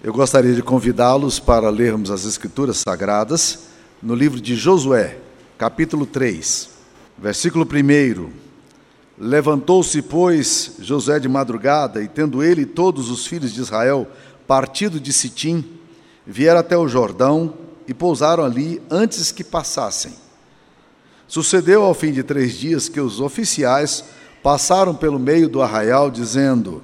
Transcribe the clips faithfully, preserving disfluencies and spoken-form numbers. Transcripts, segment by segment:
Eu gostaria de convidá-los para lermos as Escrituras Sagradas no livro de Josué, capítulo três, versículo primeiro. Levantou-se, pois, Josué de madrugada, e tendo ele e todos os filhos de Israel partido de Sitim, vieram até o Jordão e pousaram ali antes que passassem. Sucedeu ao fim de três dias que os oficiais passaram pelo meio do arraial, dizendo: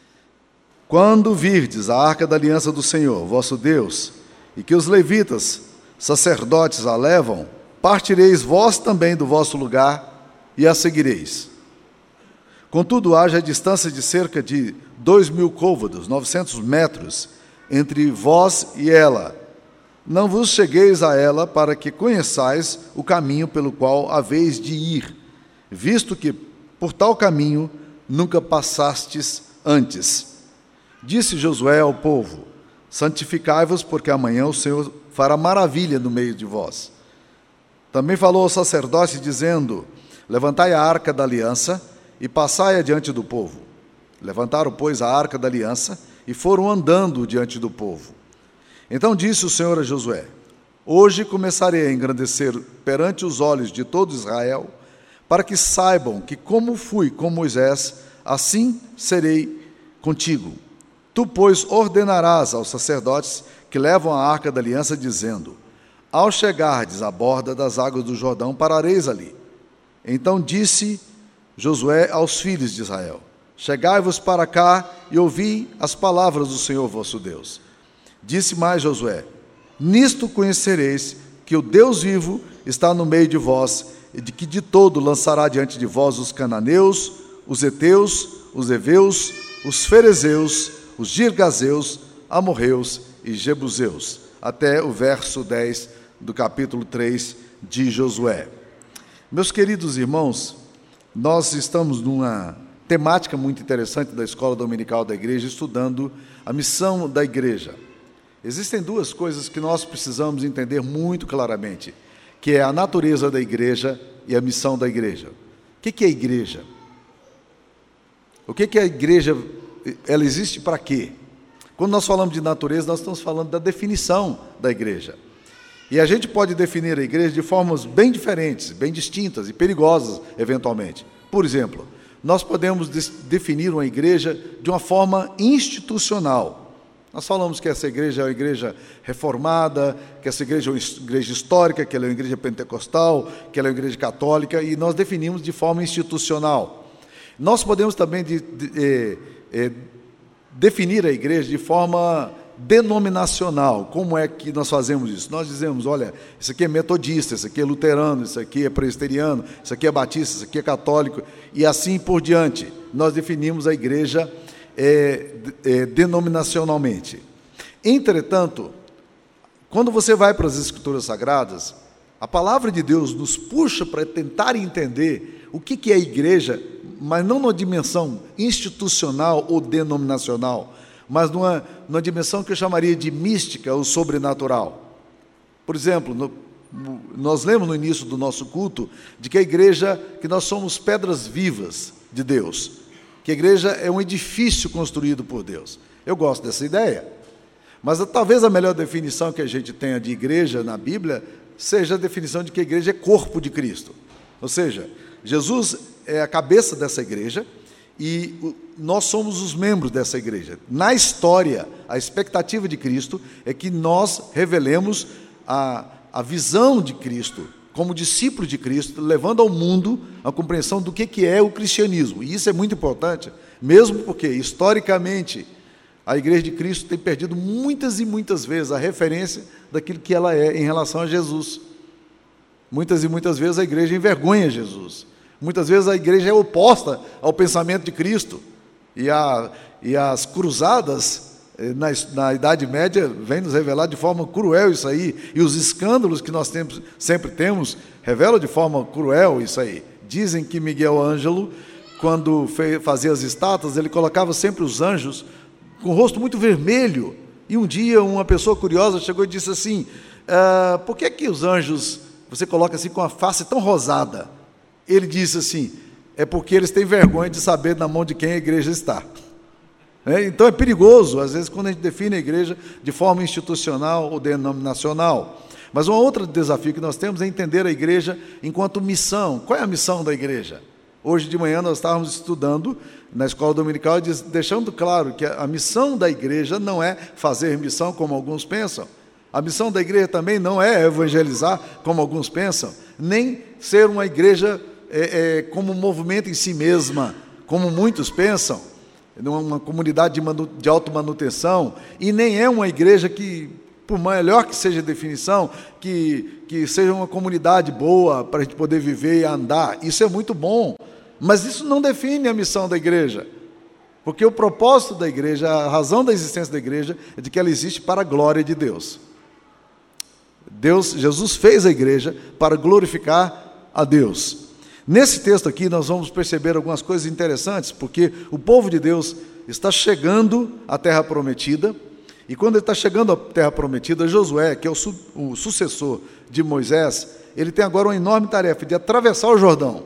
quando virdes a arca da aliança do Senhor, vosso Deus, e que os levitas, sacerdotes, a levam, partireis vós também do vosso lugar e a seguireis. Contudo, haja a distância de cerca de dois mil côvados, novecentos metros, entre vós e ela. Não vos chegueis a ela, para que conheçais o caminho pelo qual haveis de ir, visto que por tal caminho nunca passastes antes. Disse Josué ao povo: santificai-vos, porque amanhã o Senhor fará maravilha no meio de vós. Também falou ao sacerdote, dizendo: levantai a arca da aliança e passai adiante do povo. Levantaram, pois, a arca da aliança e foram andando diante do povo. Então disse o Senhor a Josué: hoje começarei a engrandecer perante os olhos de todo Israel, para que saibam que, como fui com Moisés, assim serei contigo. Tu, pois, ordenarás aos sacerdotes que levam a arca da aliança, dizendo: ao chegardes à borda das águas do Jordão, parareis ali. Então disse Josué aos filhos de Israel: chegai-vos para cá e ouvi as palavras do Senhor vosso Deus. Disse mais Josué: nisto conhecereis que o Deus vivo está no meio de vós, e de que de todo lançará diante de vós os cananeus, os heteus, os heveus, os ferezeus, os girgazeus, amorreus e jebuseus. Até o verso dez do capítulo três de Josué. Meus queridos irmãos, nós estamos numa temática muito interessante da Escola Dominical da Igreja, estudando a missão da igreja. Existem duas coisas que nós precisamos entender muito claramente, que é a natureza da igreja e a missão da igreja. O que é a igreja? O que é a igreja? Ela existe para quê? Quando nós falamos de natureza, nós estamos falando da definição da igreja. E a gente pode definir a igreja de formas bem diferentes, bem distintas e perigosas, eventualmente. Por exemplo, nós podemos definir uma igreja de uma forma institucional. Nós falamos que essa igreja é uma igreja reformada, que essa igreja é uma igreja histórica, que ela é uma igreja pentecostal, que ela é uma igreja católica, e nós definimos de forma institucional. Nós podemos também de, de, de, de, definir a igreja de forma denominacional. Como é que nós fazemos isso? Nós dizemos: olha, isso aqui é metodista, isso aqui é luterano, isso aqui é presbiteriano, isso aqui é batista, isso aqui é católico, e assim por diante. Nós definimos a igreja é, é, denominacionalmente. Entretanto, quando você vai para as Escrituras Sagradas, a palavra de Deus nos puxa para tentar entender o que é a igreja, mas não numa dimensão institucional ou denominacional, mas numa, numa dimensão que eu chamaria de mística ou sobrenatural. Por exemplo, no, nós lemos no início do nosso culto de que a igreja, que nós somos pedras vivas de Deus, que a igreja é um edifício construído por Deus. Eu gosto dessa ideia, mas talvez a melhor definição que a gente tenha de igreja na Bíblia seja a definição de que a igreja é corpo de Cristo. Ou seja, Jesus é a cabeça dessa igreja e nós somos os membros dessa igreja. Na história, a expectativa de Cristo é que nós revelemos a, a visão de Cristo, como discípulo de Cristo, levando ao mundo a compreensão do que, que é o cristianismo. E isso é muito importante, mesmo porque, historicamente, a igreja de Cristo tem perdido muitas e muitas vezes a referência daquilo que ela é em relação a Jesus. Muitas e muitas vezes a igreja envergonha Jesus. Muitas vezes a igreja é oposta ao pensamento de Cristo. E, a, e as cruzadas na, na Idade Média vêm nos revelar de forma cruel isso aí. E os escândalos que nós temos, sempre temos revelam de forma cruel isso aí. Dizem que Miguel Ângelo, quando fez, fazia as estátuas, ele colocava sempre os anjos com o rosto muito vermelho. E um dia uma pessoa curiosa chegou e disse assim: ah, por que que os anjos você coloca assim com a face tão rosada? Ele disse assim: é porque eles têm vergonha de saber na mão de quem a igreja está. É, então é perigoso, às vezes, quando a gente define a igreja de forma institucional ou denominacional. Mas um outro desafio que nós temos é entender a igreja enquanto missão. Qual é a missão da igreja? Hoje de manhã nós estávamos estudando na escola dominical, deixando claro que a missão da igreja não é fazer missão, como alguns pensam. A missão da igreja também não é evangelizar, como alguns pensam, nem ser uma igreja é, é, como um movimento em si mesma, como muitos pensam, uma comunidade de, manu, de automanutenção, e nem é uma igreja que, por melhor que seja a definição, que, que seja uma comunidade boa para a gente poder viver e andar. Isso é muito bom, mas isso não define a missão da igreja, porque o propósito da igreja, a razão da existência da igreja, é de que ela existe para a glória de Deus. Deus, Jesus fez a igreja para glorificar a Deus. Nesse texto aqui nós vamos perceber algumas coisas interessantes, porque o povo de Deus está chegando à terra prometida, e quando ele está chegando à terra prometida, Josué, que é o, su o sucessor de Moisés, ele tem agora uma enorme tarefa de atravessar o Jordão.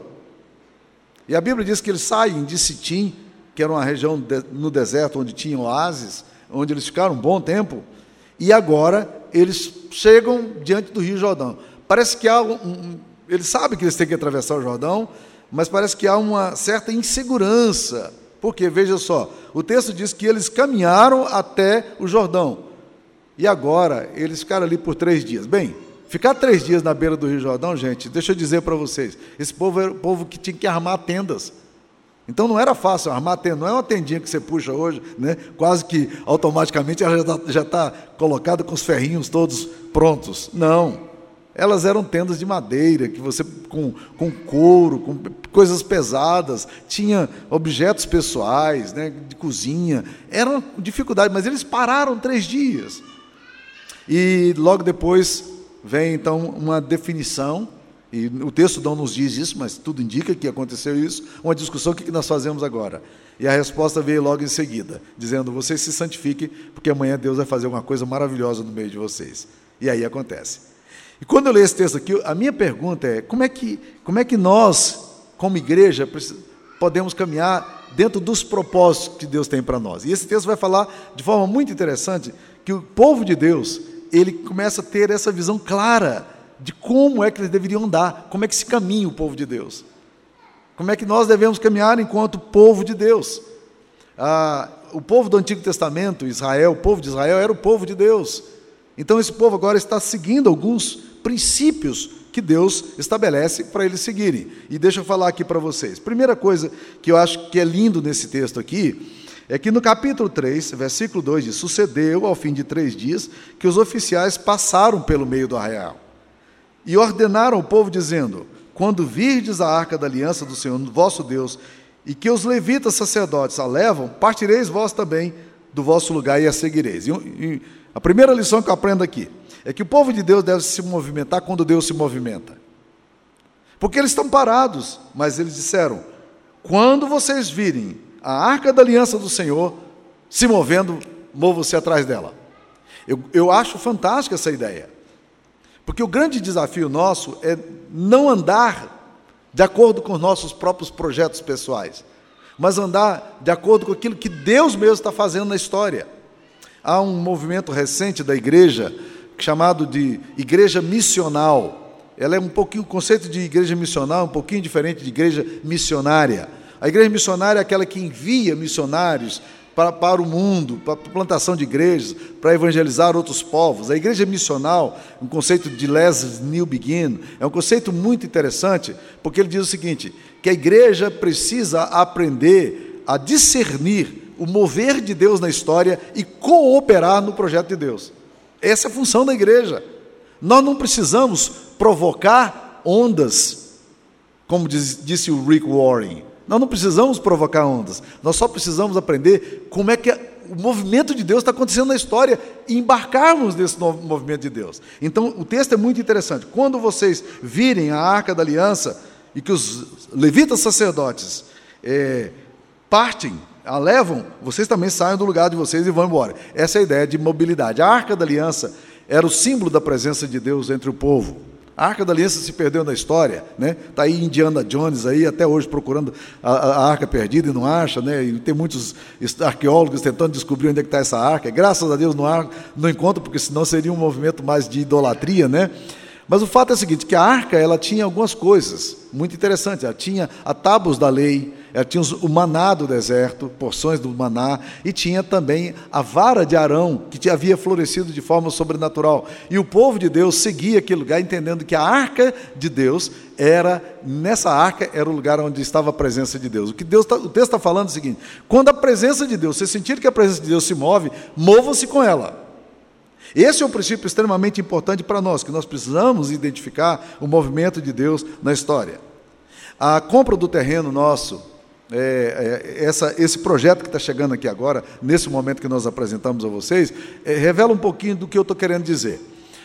E a Bíblia diz que eles saem de Sitim, que era uma região de, no deserto onde tinha oásis, onde eles ficaram um bom tempo, e agora eles chegam diante do Rio Jordão. Parece que há um, um eles sabem que eles têm que atravessar o Jordão, mas parece que há uma certa insegurança, porque, veja só, o texto diz que eles caminharam até o Jordão, e agora eles ficaram ali por três dias. Bem, ficar três dias na beira do Rio Jordão, gente, deixa eu dizer para vocês, esse povo era o povo que tinha que armar tendas. Então não era fácil armar tenda, não é uma tendinha que você puxa hoje, né? Quase que automaticamente ela já está colocada com os ferrinhos todos prontos. Não, elas eram tendas de madeira, que você com, com couro, com coisas pesadas, tinha objetos pessoais, né, de cozinha, era uma dificuldade, mas eles pararam três dias. E logo depois vem então uma definição, e o texto não nos diz isso, mas tudo indica que aconteceu isso, uma discussão, o que nós fazemos agora? E a resposta veio logo em seguida, dizendo, vocês se santifiquem, porque amanhã Deus vai fazer uma coisa maravilhosa no meio de vocês. E aí acontece. E quando eu leio esse texto aqui, a minha pergunta é, como é que, como é que nós, como igreja, podemos caminhar dentro dos propósitos que Deus tem para nós? E esse texto vai falar de forma muito interessante, que o povo de Deus, ele começa a ter essa visão clara, de como é que eles deveriam andar, como é que se caminha o povo de Deus, como é que nós devemos caminhar enquanto povo de Deus. Ah, o povo do Antigo Testamento, Israel, o povo de Israel era o povo de Deus, então esse povo agora está seguindo alguns princípios que Deus estabelece para eles seguirem, e deixa eu falar aqui para vocês. Primeira coisa que eu acho que é lindo nesse texto aqui, é que no capítulo três, versículo dois, diz, sucedeu ao fim de três dias, que os oficiais passaram pelo meio do arraial, e ordenaram ao povo, dizendo, quando virdes a arca da aliança do Senhor, vosso Deus, e que os levitas sacerdotes a levam, partireis vós também do vosso lugar e a seguireis. E, e a primeira lição que eu aprendo aqui, é que o povo de Deus deve se movimentar quando Deus se movimenta. Porque eles estão parados, mas eles disseram, quando vocês virem a arca da aliança do Senhor se movendo, movam-se atrás dela. Eu, eu acho fantástica essa ideia. Porque o grande desafio nosso é não andar de acordo com os nossos próprios projetos pessoais, mas andar de acordo com aquilo que Deus mesmo está fazendo na história. Há um movimento recente da igreja, chamado de igreja missional. Ela é um pouquinho, o conceito de igreja missional é um pouquinho diferente de igreja missionária. A igreja missionária é aquela que envia missionários para, para o mundo, para a plantação de igrejas, para evangelizar outros povos. A igreja missional, um conceito de Les New Begin, é um conceito muito interessante, porque ele diz o seguinte, que a igreja precisa aprender a discernir o mover de Deus na história e cooperar no projeto de Deus. Essa é a função da igreja. Nós não precisamos provocar ondas, como diz, disse o Rick Warren. Nós não precisamos provocar ondas. Nós só precisamos aprender como é que o movimento de Deus está acontecendo na história e embarcarmos nesse novo movimento de Deus. Então, o texto é muito interessante. Quando vocês virem a arca da aliança e que os levitas sacerdotes é, partem, a levam, vocês também saiam do lugar de vocês e vão embora. Essa é a ideia de mobilidade. A arca da aliança era o símbolo da presença de Deus entre o povo. A Arca da Aliança se perdeu na história, né? Está aí Indiana Jones aí, até hoje procurando a, a arca perdida e não acha, né? E tem muitos arqueólogos tentando descobrir onde é que está essa arca. Graças a Deus não, há, não encontram, porque senão seria um movimento mais de idolatria, né? Mas o fato é o seguinte, que a arca, ela tinha algumas coisas muito interessantes. Ela tinha a tábuas da lei, ela tinha o maná do deserto, porções do maná, e tinha também a vara de Arão, que havia florescido de forma sobrenatural. E o povo de Deus seguia aquele lugar, entendendo que a arca de Deus era, nessa arca, era o lugar onde estava a presença de Deus. O que Deus tá, o texto está falando é o seguinte, quando a presença de Deus, você sentir que a presença de Deus se move, mova-se com ela. Esse é um princípio extremamente importante para nós, que nós precisamos identificar o movimento de Deus na história. A compra do terreno nosso, é, é, essa, esse projeto que está chegando aqui agora, nesse momento que nós apresentamos a vocês, é, revela um pouquinho do que eu estou querendo dizer.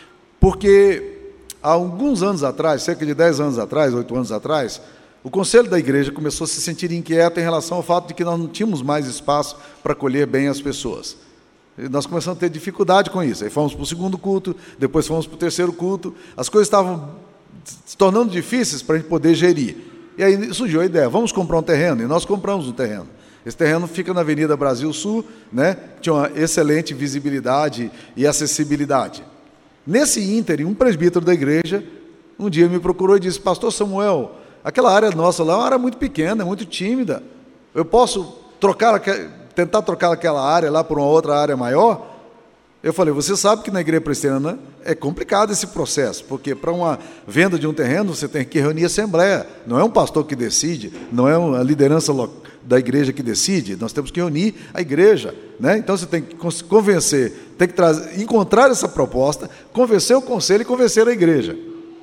Porque há alguns anos atrás, cerca de dez anos atrás, oito anos atrás, o conselho da igreja começou a se sentir inquieto em relação ao fato de que nós não tínhamos mais espaço para acolher bem as pessoas. E nós começamos a ter dificuldade com isso. Aí fomos para o segundo culto, depois fomos para o terceiro culto. As coisas estavam se tornando difíceis para a gente poder gerir. E aí surgiu a ideia, vamos comprar um terreno, e nós compramos um terreno. Esse terreno fica na Avenida Brasil Sul, né? Tinha uma excelente visibilidade e acessibilidade. Nesse ínterim, um presbítero da igreja, um dia me procurou e disse, pastor Samuel, aquela área nossa lá é uma área muito pequena, é muito tímida, eu posso trocar, tentar trocar aquela área lá por uma outra área maior? Eu falei, você sabe que na igreja presbiteriana é complicado esse processo, porque para uma venda de um terreno você tem que reunir a assembleia, não é um pastor que decide, não é a liderança da igreja que decide, nós temos que reunir a igreja, né? Então você tem que convencer, tem que trazer, encontrar essa proposta, convencer o conselho e convencer a igreja.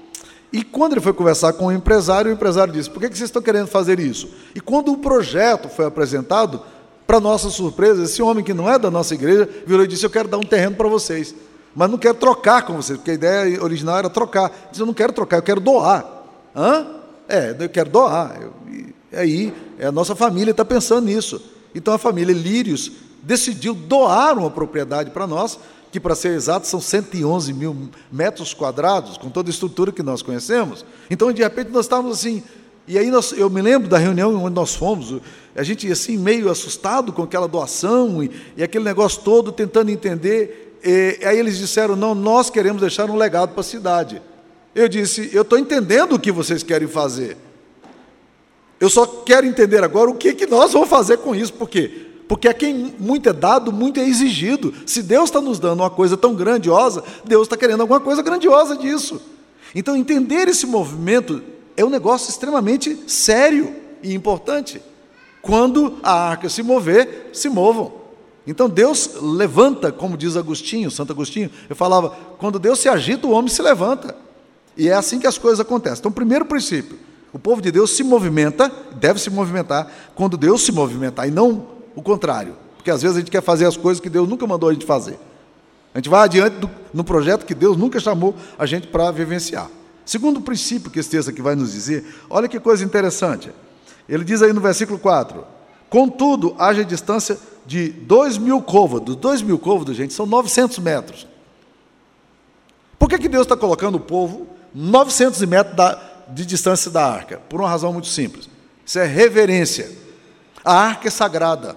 E quando ele foi conversar com o empresário, o empresário disse, por que vocês estão querendo fazer isso? E quando o projeto foi apresentado, para nossa surpresa, esse homem que não é da nossa igreja, virou e disse, eu quero dar um terreno para vocês, mas não quero trocar com vocês, porque a ideia original era trocar. Ele disse, eu não quero trocar, eu quero doar. Hã? É, eu quero doar. Eu, e aí, a nossa família está pensando nisso. Então a família Lírios decidiu doar uma propriedade para nós, que para ser exato são cento e onze mil metros quadrados, com toda a estrutura que nós conhecemos. Então, de repente, nós estávamos assim... E aí nós, eu me lembro da reunião onde nós fomos, a gente assim meio assustado com aquela doação e, e aquele negócio todo, tentando entender. E, aí eles disseram, não, nós queremos deixar um legado para a cidade. Eu disse, eu estou entendendo o que vocês querem fazer. Eu só quero entender agora o que, que nós vamos fazer com isso. Por quê? Porque a quem muito é dado, muito é exigido. Se Deus está nos dando uma coisa tão grandiosa, Deus está querendo alguma coisa grandiosa disso. Então entender esse movimento é um negócio extremamente sério e importante. Quando a arca se mover, se movam. Então Deus levanta, como diz Agostinho, Santo Agostinho, eu falava, quando Deus se agita, o homem se levanta. E é assim que as coisas acontecem. Então, primeiro princípio, o povo de Deus se movimenta, deve se movimentar, quando Deus se movimentar, e não o contrário. Porque às vezes a gente quer fazer as coisas que Deus nunca mandou a gente fazer. A gente vai adiante do, no projeto que Deus nunca chamou a gente para vivenciar. Segundo princípio que esse texto aqui vai nos dizer, olha que coisa interessante. Ele diz aí no versículo quatro, contudo, haja distância de dois mil côvados. Dois mil côvados, gente, são novecentos metros. Por que que Deus está colocando o povo novecentos metros da, de distância da arca? Por uma razão muito simples. Isso é reverência. A arca é sagrada.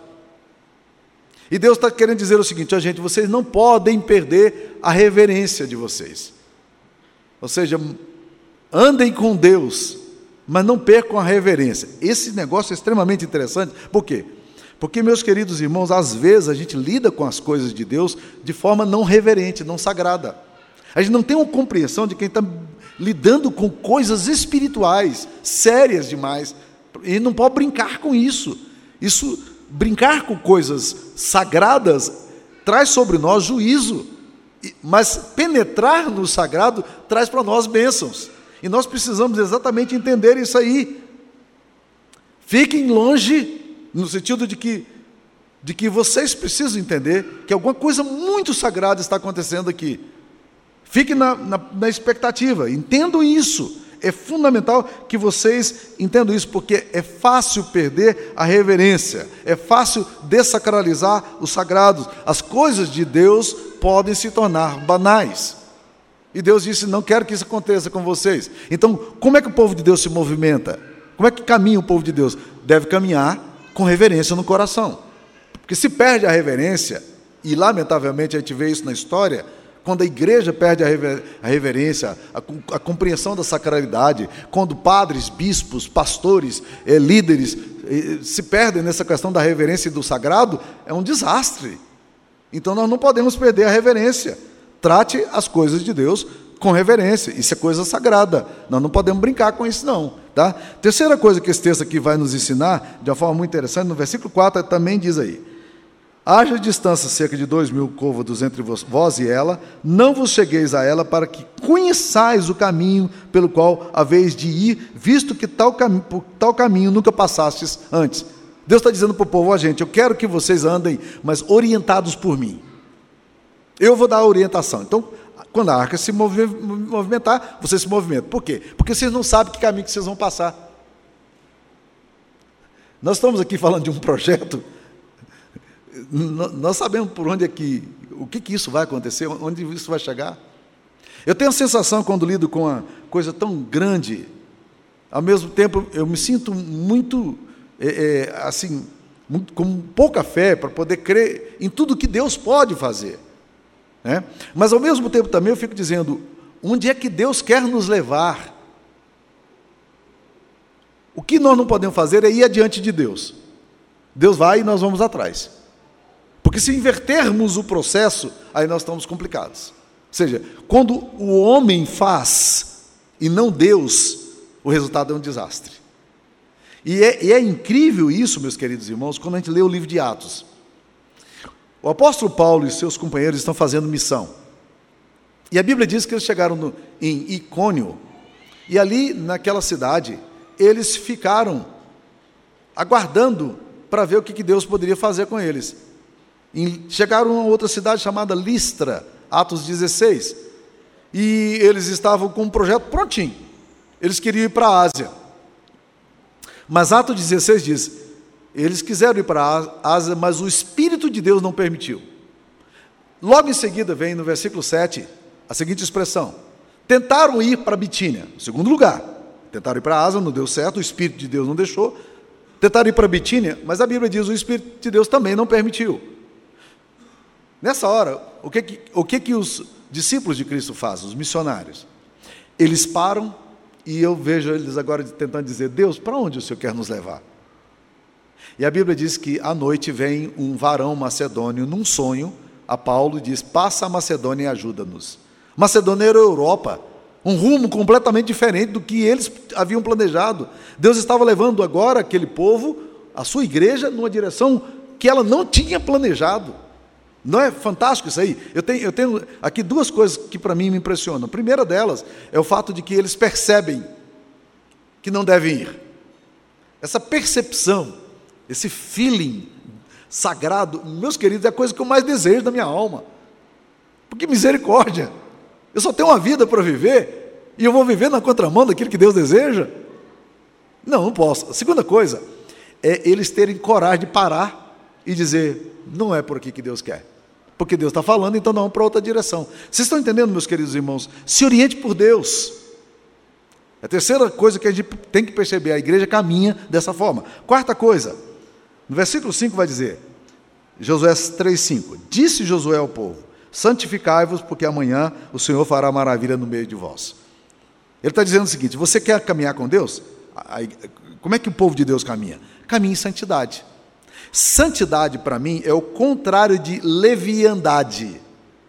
E Deus está querendo dizer o seguinte, ó, gente, vocês não podem perder a reverência de vocês. Ou seja, andem com Deus, mas não percam a reverência. Esse negócio é extremamente interessante. Por quê? Porque, meus queridos irmãos, às vezes a gente lida com as coisas de Deus de forma não reverente, não sagrada. A gente não tem uma compreensão de quem está lidando com coisas espirituais, sérias demais, e não pode brincar com isso. Isso, brincar com coisas sagradas, traz sobre nós juízo. Mas penetrar no sagrado traz para nós bênçãos. E nós precisamos exatamente entender isso aí. Fiquem longe, no sentido de que, de que vocês precisam entender que alguma coisa muito sagrada está acontecendo aqui. Fiquem na, na, na expectativa, entendam isso. É fundamental que vocês entendam isso, porque é fácil perder a reverência, é fácil dessacralizar os sagrados. As coisas de Deus podem se tornar banais. E Deus disse, não quero que isso aconteça com vocês. Então, como é que o povo de Deus se movimenta? Como é que caminha o povo de Deus? Deve caminhar com reverência no coração. Porque se perde a reverência, e lamentavelmente a gente vê isso na história, quando a igreja perde a, rever, a reverência, a, a compreensão da sacralidade, quando padres, bispos, pastores, eh, líderes eh, se perdem nessa questão da reverência e do sagrado, é um desastre. Então nós não podemos perder a reverência. Trate as coisas de Deus com reverência. Isso é coisa sagrada. Nós não podemos brincar com isso, não. Tá? Terceira coisa que esse texto aqui vai nos ensinar, de uma forma muito interessante, no versículo quatro também diz aí: haja distância cerca de dois mil côvados entre vós e ela, não vos chegueis a ela, para que conheçais o caminho pelo qual haveis de ir, visto que tal, cam por tal caminho nunca passastes antes. Deus está dizendo para o povo, ó, gente, eu quero que vocês andem, mas orientados por mim. Eu vou dar a orientação. Então, quando a arca se movimentar, vocês se movimentam. Por quê? Porque vocês não sabem que caminho que vocês vão passar. Nós estamos aqui falando de um projeto, nós sabemos por onde é que, o que, que isso vai acontecer, onde isso vai chegar. Eu tenho a sensação, quando lido com uma coisa tão grande, ao mesmo tempo eu me sinto muito, é, é, assim, muito, com pouca fé para poder crer em tudo que Deus pode fazer. Né? Mas ao mesmo tempo também eu fico dizendo, onde é que Deus quer nos levar? O que nós não podemos fazer é ir adiante de Deus. Deus vai e nós vamos atrás. Porque se invertermos o processo, aí nós estamos complicados. Ou seja, quando o homem faz e não Deus, o resultado é um desastre. E é, e é incrível isso, meus queridos irmãos, quando a gente lê o livro de Atos. O apóstolo Paulo e seus companheiros estão fazendo missão. E a Bíblia diz que eles chegaram no, em Icônio, e ali naquela cidade, eles ficaram aguardando para ver o que Deus poderia fazer com eles. E chegaram a outra cidade chamada Listra, Atos dezesseis, e eles estavam com um projeto prontinho. Eles queriam ir para a Ásia. Mas Atos dezesseis diz, eles quiseram ir para a Ásia, mas o Espírito de Deus não permitiu. Logo em seguida vem no versículo sete a seguinte expressão: tentaram ir para Bitínia, segundo lugar. Tentaram ir para a Ásia, não deu certo, o Espírito de Deus não deixou. Tentaram ir para Bitínia, mas a Bíblia diz, o Espírito de Deus também não permitiu. Nessa hora, o que que, o que que os discípulos de Cristo fazem, os missionários? Eles param, e eu vejo eles agora tentando dizer, Deus, para onde o Senhor quer nos levar? E a Bíblia diz que à noite vem um varão macedônio, num sonho, a Paulo, e diz, passa a Macedônia e ajuda-nos. Macedônia era a Europa, um rumo completamente diferente do que eles haviam planejado. Deus estava levando agora aquele povo, a sua igreja, numa direção que ela não tinha planejado. Não é fantástico isso aí? Eu tenho, eu tenho aqui duas coisas que para mim me impressionam. A primeira delas é o fato de que eles percebem que não devem ir. Essa percepção, esse feeling sagrado, meus queridos, é a coisa que eu mais desejo da minha alma. Porque misericórdia, eu só tenho uma vida para viver, e eu vou viver na contramão daquilo que Deus deseja? Não, não posso. A segunda coisa é eles terem coragem de parar e dizer, não é por aqui que Deus quer. Porque Deus está falando, então não vamos para outra direção. Vocês estão entendendo, meus queridos irmãos? Se oriente por Deus. A terceira coisa que a gente tem que perceber, a igreja caminha dessa forma. Quarta coisa, no versículo cinco vai dizer, Josué três, cinco, disse Josué ao povo, santificai-vos, porque amanhã o Senhor fará maravilha no meio de vós. Ele está dizendo o seguinte, você quer caminhar com Deus? Como é que o povo de Deus caminha? Caminha em santidade. Santidade, para mim, é o contrário de leviandade.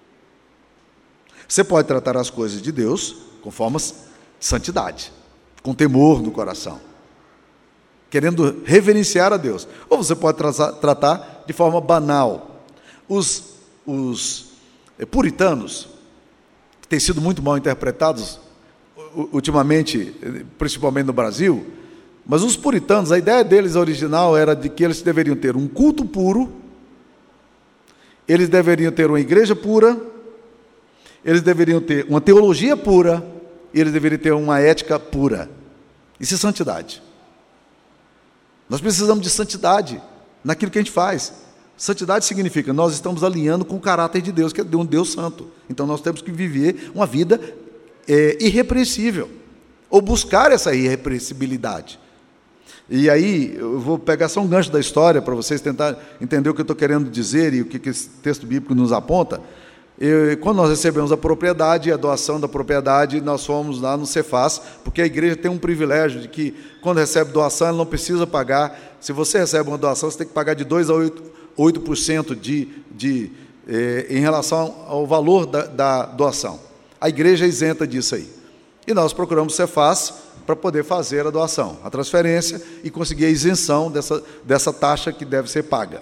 Você pode tratar as coisas de Deus com formas de santidade, com temor no coração, querendo reverenciar a Deus. Ou você pode tra- tratar de forma banal. Os, os puritanos, que têm sido muito mal interpretados ultimamente, principalmente no Brasil, mas os puritanos, a ideia deles original era de que eles deveriam ter um culto puro, eles deveriam ter uma igreja pura, eles deveriam ter uma teologia pura, e eles deveriam ter uma ética pura. Isso é santidade. Nós precisamos de santidade naquilo que a gente faz. Santidade significa nós estamos alinhando com o caráter de Deus, que é de um Deus santo. Então nós temos que viver uma vida é, irrepreensível, ou buscar essa irrepreensibilidade. E aí, eu vou pegar só um gancho da história para vocês tentarem entender o que eu estou querendo dizer e o que, que esse texto bíblico nos aponta. Eu, quando nós recebemos a propriedade, a doação da propriedade, nós fomos lá no Cefaz, porque a igreja tem um privilégio de que, quando recebe doação, ela não precisa pagar. Se você recebe uma doação, você tem que pagar de dois a oito por cento de, de, eh, em relação ao valor da, da doação. A igreja é isenta disso aí. E nós procuramos o Cefaz para poder fazer a doação, a transferência e conseguir a isenção dessa, dessa taxa que deve ser paga.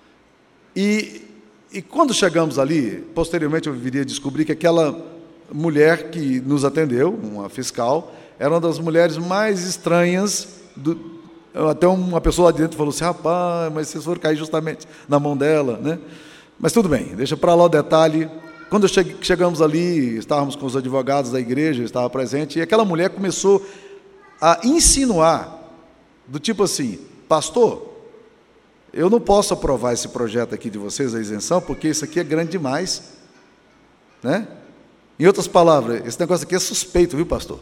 E, e quando chegamos ali, posteriormente eu viria descobrir que aquela mulher que nos atendeu, uma fiscal, era uma das mulheres mais estranhas, do, até uma pessoa lá dentro falou assim, rapaz, mas vocês foram cair justamente na mão dela, né? Mas tudo bem, deixa para lá o detalhe. Quando cheguei, chegamos ali, estávamos com os advogados da igreja, eu estava presente, e aquela mulher começou a insinuar, do tipo assim, pastor, eu não posso aprovar esse projeto aqui de vocês, a isenção, porque isso aqui é grande demais, né? Em outras palavras, esse negócio aqui é suspeito, viu, pastor?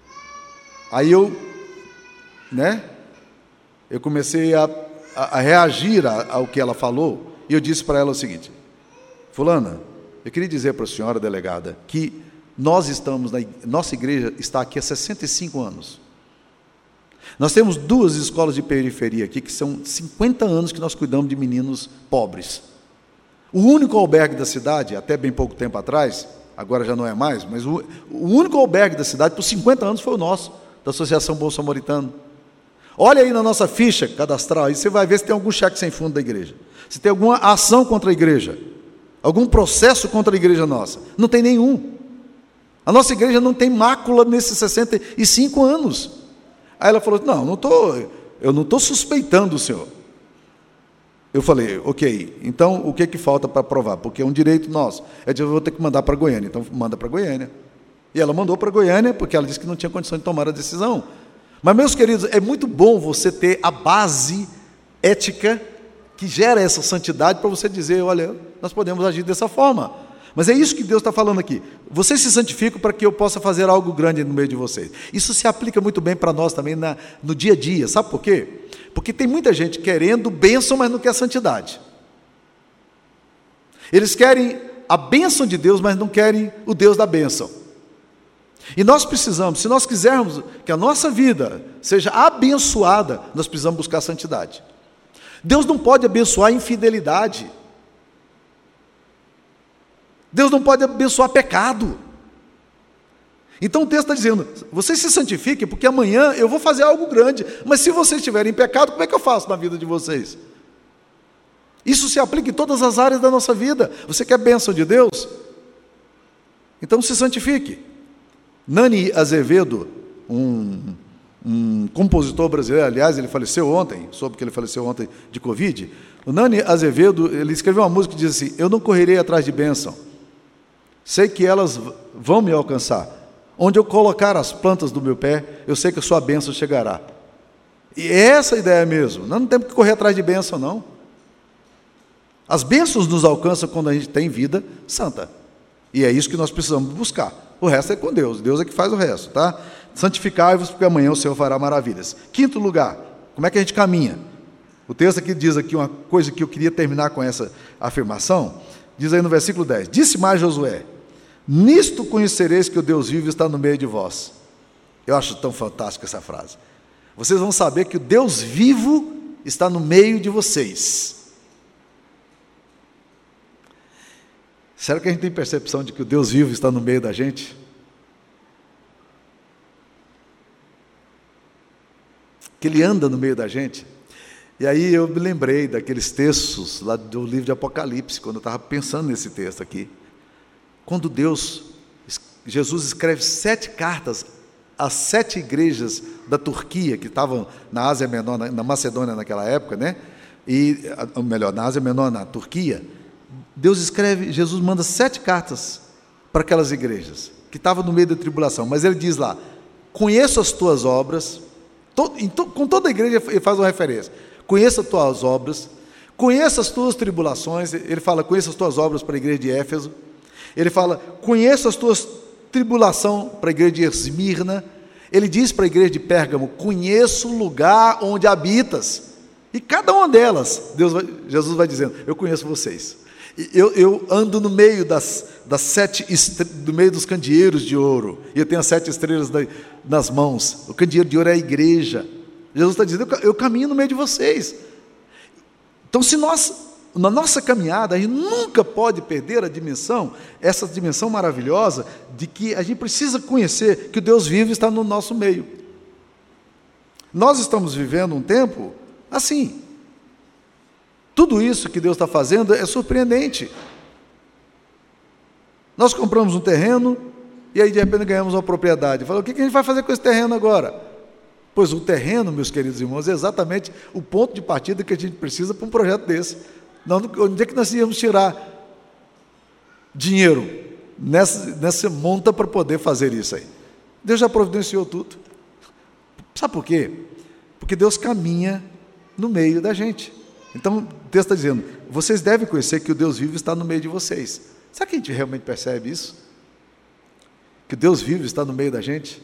Aí eu, né, eu comecei a, a, a reagir a, ao que ela falou, e eu disse para ela o seguinte, fulana, eu queria dizer para a senhora delegada que nós estamos, na, nossa igreja está aqui há sessenta e cinco anos. Nós temos duas escolas de periferia aqui, que são cinquenta anos que nós cuidamos de meninos pobres. O único albergue da cidade, até bem pouco tempo atrás, agora já não é mais, mas o, o único albergue da cidade por cinquenta anos foi o nosso, da Associação Bom Samaritano. Olha aí na nossa ficha cadastral, aí você vai ver se tem algum cheque sem fundo da igreja, se tem alguma ação contra a igreja, algum processo contra a igreja nossa. Não tem nenhum. A nossa igreja não tem mácula nesses sessenta e cinco anos. Aí ela falou, não, não tô, eu não estou suspeitando o senhor. Eu falei, ok, então o que, que falta para provar? Porque é um direito nosso. Eu disse, eu vou ter que mandar para Goiânia, então manda para Goiânia. E ela mandou para Goiânia, porque ela disse que não tinha condição de tomar a decisão. Mas, meus queridos, é muito bom você ter a base ética que gera essa santidade para você dizer, olha, nós podemos agir dessa forma. Mas é isso que Deus está falando aqui. Vocês se santificam para que eu possa fazer algo grande no meio de vocês. Isso se aplica muito bem para nós também na, no dia a dia. Sabe por quê? Porque tem muita gente querendo bênção, mas não quer santidade. Eles querem a bênção de Deus, mas não querem o Deus da bênção. E nós precisamos, se nós quisermos que a nossa vida seja abençoada, nós precisamos buscar santidade. Deus não pode abençoar a infidelidade. Deus não pode abençoar pecado. Então o texto está dizendo, vocês se santifiquem, porque amanhã eu vou fazer algo grande, mas se vocês estiverem em pecado, como é que eu faço na vida de vocês? Isso se aplica em todas as áreas da nossa vida. Você quer bênção de Deus? Então se santifique. Nani Azevedo, um, um compositor brasileiro, aliás, ele faleceu ontem, soube que ele faleceu ontem de Covid. O Nani Azevedo, ele escreveu uma música que diz assim, eu não correrei atrás de bênção, sei que elas vão me alcançar, onde eu colocar as plantas do meu pé, eu sei que a sua bênção chegará. E é essa a ideia mesmo, nós não temos que correr atrás de bênção, não. As bênçãos nos alcançam quando a gente tem vida santa, e é isso que nós precisamos buscar. O resto é com Deus, Deus é que faz o resto, tá? Santificai-vos, porque amanhã o Senhor fará maravilhas. Quinto lugar, como é que a gente caminha? O texto aqui diz aqui uma coisa que eu queria terminar com essa afirmação, diz aí no versículo dez, disse mais Josué, nisto conhecereis que o Deus vivo está no meio de vós. Eu acho tão fantástica essa frase. Vocês vão saber que o Deus vivo está no meio de vocês. Será que a gente tem percepção de que o Deus vivo está no meio da gente? Que Ele anda no meio da gente? E aí eu me lembrei daqueles textos lá do livro de Apocalipse, quando eu estava pensando nesse texto aqui. Quando Deus, Jesus escreve sete cartas às sete igrejas da Turquia, que estavam na Ásia Menor, na Macedônia naquela época, né? E, ou melhor, na Ásia Menor, na Turquia, Deus escreve, Jesus manda sete cartas para aquelas igrejas, que estavam no meio da tribulação, mas Ele diz lá, conheço as tuas obras, to, to, com toda a igreja Ele faz uma referência, conheço as tuas obras, conheça as tuas tribulações. Ele fala, conheça as tuas obras para a igreja de Éfeso. Ele fala, conheça as tuas tribulações para a igreja de Esmirna. Ele diz para a igreja de Pérgamo, conheço o lugar onde habitas. E cada uma delas, Deus vai, Jesus vai dizendo, eu conheço vocês. Eu, eu ando no meio das, das sete do meio dos candeeiros de ouro, e eu tenho as sete estrelas da, nas mãos. O candeeiro de ouro é a igreja. Jesus está dizendo, eu, eu caminho no meio de vocês. Então, se nós, na nossa caminhada, a gente nunca pode perder a dimensão, essa dimensão maravilhosa, de que a gente precisa conhecer que o Deus vivo está no nosso meio. Nós estamos vivendo um tempo assim. Tudo isso que Deus está fazendo é surpreendente. Nós compramos um terreno e aí de repente ganhamos uma propriedade. Fala, o que a gente vai fazer com esse terreno agora? Pois o terreno, meus queridos irmãos, é exatamente o ponto de partida que a gente precisa para um projeto desse. Onde é que nós íamos tirar dinheiro nessa, nessa monta para poder fazer isso aí? Deus já providenciou tudo. Sabe por quê? Porque Deus caminha no meio da gente. Então, o texto está dizendo, vocês devem conhecer que o Deus vivo está no meio de vocês. Será que a gente realmente percebe isso? Que o Deus vivo está no meio da gente?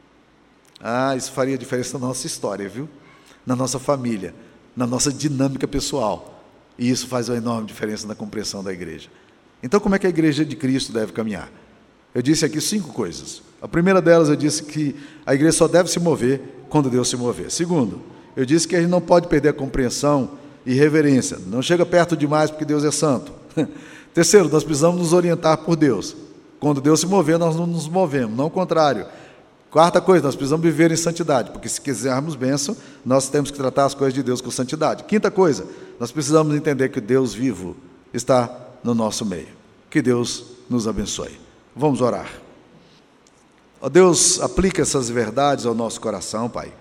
Ah, isso faria diferença na nossa história, viu? Na nossa família, na nossa dinâmica pessoal. E isso faz uma enorme diferença na compreensão da igreja. Então, como é que a igreja de Cristo deve caminhar? Eu disse aqui cinco coisas. A primeira delas, eu disse que a igreja só deve se mover quando Deus se mover. Segundo, eu disse que a gente não pode perder a compreensão e reverência, não chega perto demais porque Deus é santo. Terceiro, nós precisamos nos orientar por Deus. Quando Deus se mover, nós não nos movemos, não o contrário. Quarta coisa, nós precisamos viver em santidade, porque se quisermos bênção, nós temos que tratar as coisas de Deus com santidade. Quinta coisa, nós precisamos entender que o Deus vivo está no nosso meio. Que Deus nos abençoe. Vamos orar. Ó Deus, aplica essas verdades ao nosso coração, Pai,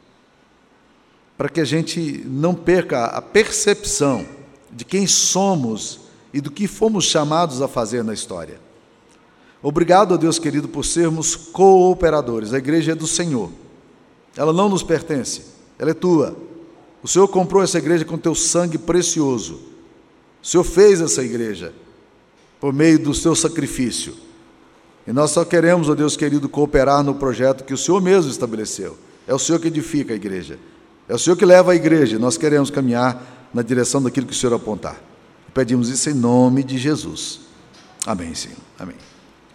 para que a gente não perca a percepção de quem somos e do que fomos chamados a fazer na história. Obrigado, ó Deus querido, por sermos cooperadores. A igreja é do Senhor. Ela não nos pertence, ela é tua. O Senhor comprou essa igreja com teu sangue precioso. O Senhor fez essa igreja por meio do seu sacrifício. E nós só queremos, ó Deus querido, cooperar no projeto que o Senhor mesmo estabeleceu. É o Senhor que edifica a igreja. É o Senhor que leva a igreja. Nós queremos caminhar na direção daquilo que o Senhor apontar. Pedimos isso em nome de Jesus. Amém, Senhor. Amém.